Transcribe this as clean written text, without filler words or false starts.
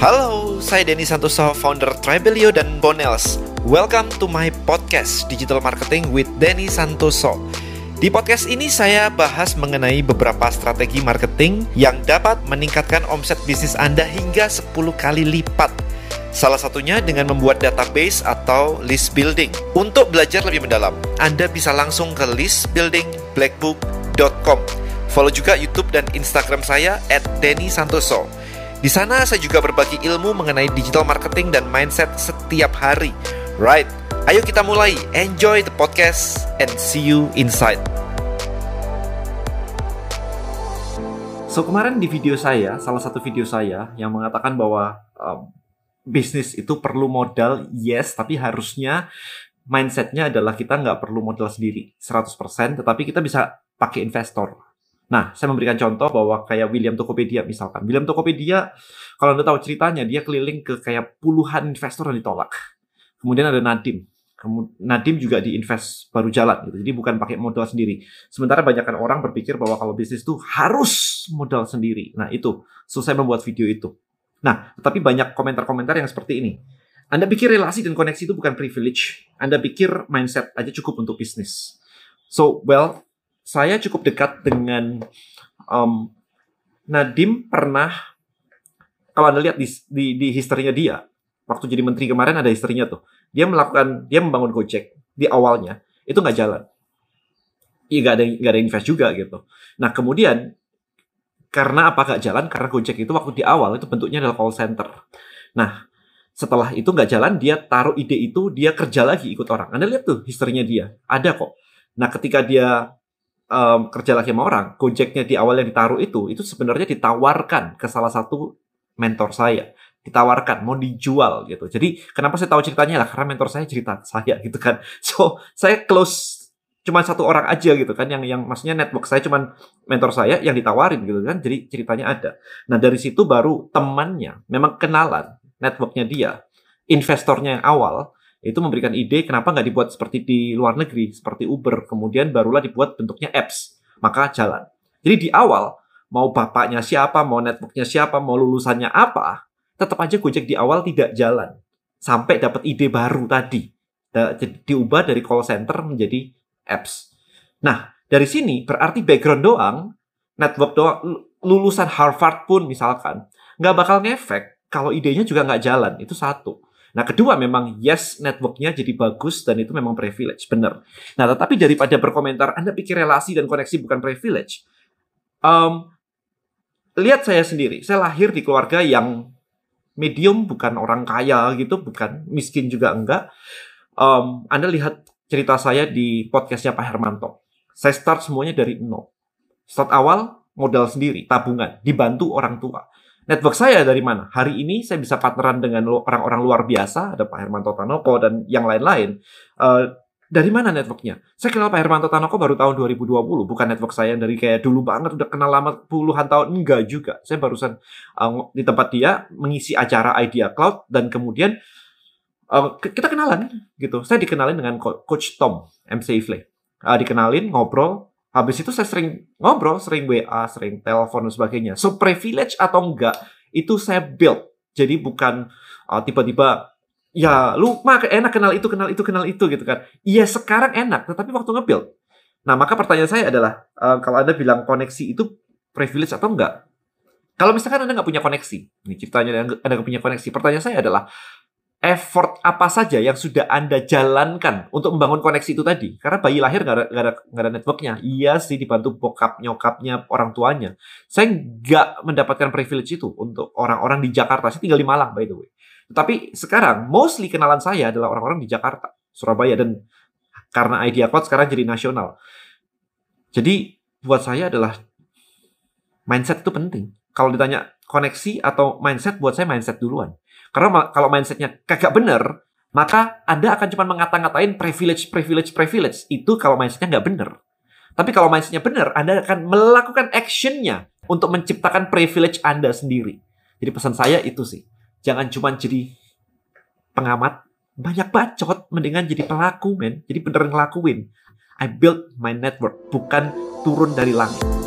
Halo, saya Denny Santoso, founder Tribelio dan Bonels. Welcome to my podcast Digital Marketing with Denny Santoso. Di podcast ini saya bahas mengenai beberapa strategi marketing yang dapat meningkatkan omset bisnis Anda hingga 10 kali lipat. Salah satunya dengan membuat database atau list building. Untuk belajar lebih mendalam, Anda bisa langsung ke listbuildingblackbook.com. Follow juga YouTube dan Instagram saya @dennysantoso. Di sana saya juga berbagi ilmu mengenai digital marketing dan mindset setiap hari. Right, ayo kita mulai. Enjoy the podcast and see you inside. So kemarin di video saya, salah satu video saya yang mengatakan bahwa bisnis itu perlu modal, yes, tapi harusnya mindsetnya adalah kita nggak perlu modal sendiri 100%, tetapi kita bisa pakai investor. Nah, saya memberikan contoh bahwa kayak William Tokopedia misalkan. William Tokopedia, kalau Anda tahu ceritanya, dia keliling ke kayak puluhan investor yang ditolak. Kemudian ada Nadim. Nadim juga diinvest baru jalan gitu. Jadi bukan pakai modal sendiri. Sementara banyakkan orang berpikir bahwa kalau bisnis itu harus modal sendiri. Nah, itu. So, saya membuat video itu. Nah, tetapi banyak komentar-komentar yang seperti ini. Anda pikir relasi dan koneksi itu bukan privilege. Anda pikir mindset aja cukup untuk bisnis. So, well, saya cukup dekat dengan Nadim. Pernah, kalau Anda lihat di historinya dia, waktu jadi menteri kemarin ada historinya tuh. Dia membangun Gojek di awalnya, itu nggak jalan. Iya, nggak ada invest juga gitu. Nah, kemudian, karena apa nggak jalan? Karena Gojek itu waktu di awal itu bentuknya adalah call center. Nah, setelah itu nggak jalan, dia taruh ide itu, dia kerja lagi ikut orang. Anda lihat tuh historinya dia, ada kok. Nah, ketika dia kerja lagi sama orang, Gojeknya di awal yang ditaruh itu sebenarnya ditawarkan ke salah satu mentor saya. Ditawarkan, mau dijual gitu. Jadi, kenapa saya tahu ceritanya lah? Karena mentor saya cerita saya gitu kan. So, saya close cuma satu orang aja gitu kan. Yang maksudnya network saya cuma mentor saya yang ditawarin gitu kan. Jadi, ceritanya ada. Nah, dari situ baru temannya, memang kenalan, networknya dia, investornya yang awal, itu memberikan ide kenapa nggak dibuat seperti di luar negeri, seperti Uber. Kemudian barulah dibuat bentuknya apps. Maka jalan. Jadi di awal, mau bapaknya siapa, mau networknya siapa, mau lulusannya apa, tetap aja Gojek di awal tidak jalan. Sampai dapat ide baru tadi. Diubah dari call center menjadi apps. Nah, dari sini berarti background doang, network doang, lulusan Harvard pun misalkan, nggak bakal ngefek kalau idenya juga nggak jalan. Itu satu. Nah, kedua memang yes, networknya jadi bagus dan itu memang privilege, benar. Nah, tetapi daripada berkomentar, Anda pikir relasi dan koneksi bukan privilege, lihat saya sendiri. Saya lahir di keluarga yang medium, bukan orang kaya gitu, bukan miskin juga enggak. Anda lihat cerita saya di podcastnya Pak Hermanto. Saya start semuanya dari nol. Start awal, modal sendiri, tabungan, dibantu orang tua. Network saya dari mana? Hari ini saya bisa partneran dengan orang-orang luar biasa, ada Pak Hermanto Tanoko dan yang lain-lain. Dari mana networknya? Saya kenal Pak Hermanto Tanoko baru tahun 2020, bukan network saya yang dari kayak dulu banget, udah kenal lama puluhan tahun, enggak juga. Saya barusan di tempat dia mengisi acara Idea Cloud dan kemudian kita kenalan gitu. Saya dikenalin dengan Coach Tom, MC Ifle. Dikenalin, ngobrol. Habis itu saya sering ngobrol, sering WA, sering telepon dan sebagainya. So, privilege atau enggak, itu saya build. Jadi bukan tiba-tiba, ya lu mah enak kenal itu gitu kan. Iya sekarang enak, tetapi waktu nge-build. Nah, maka pertanyaan saya adalah, kalau Anda bilang koneksi itu privilege atau enggak? Kalau misalkan Anda nggak punya koneksi, ini ceritanya Anda nggak punya koneksi, pertanyaan saya adalah, effort apa saja yang sudah Anda jalankan untuk membangun koneksi itu tadi? Karena bayi lahir nggak ada networknya. Iya sih, dibantu bokap, nyokapnya, orang tuanya. Saya nggak mendapatkan privilege itu untuk orang-orang di Jakarta. Saya tinggal di Malang, by the way. Tetapi sekarang, mostly kenalan saya adalah orang-orang di Jakarta, Surabaya. Dan karena Idea Cloud sekarang jadi nasional. Jadi, buat saya adalah mindset itu penting. Kalau ditanya koneksi atau mindset, buat saya mindset duluan. Karena kalau mindsetnya kagak bener, maka Anda akan cuma mengata-ngatain privilege. Itu kalau mindsetnya nggak bener. Tapi kalau mindsetnya bener, Anda akan melakukan actionnya untuk menciptakan privilege Anda sendiri. Jadi pesan saya itu sih. Jangan cuma jadi pengamat, banyak bacot, mendingan jadi pelaku, men. Jadi beneran ngelakuin. I build my network, bukan turun dari langit.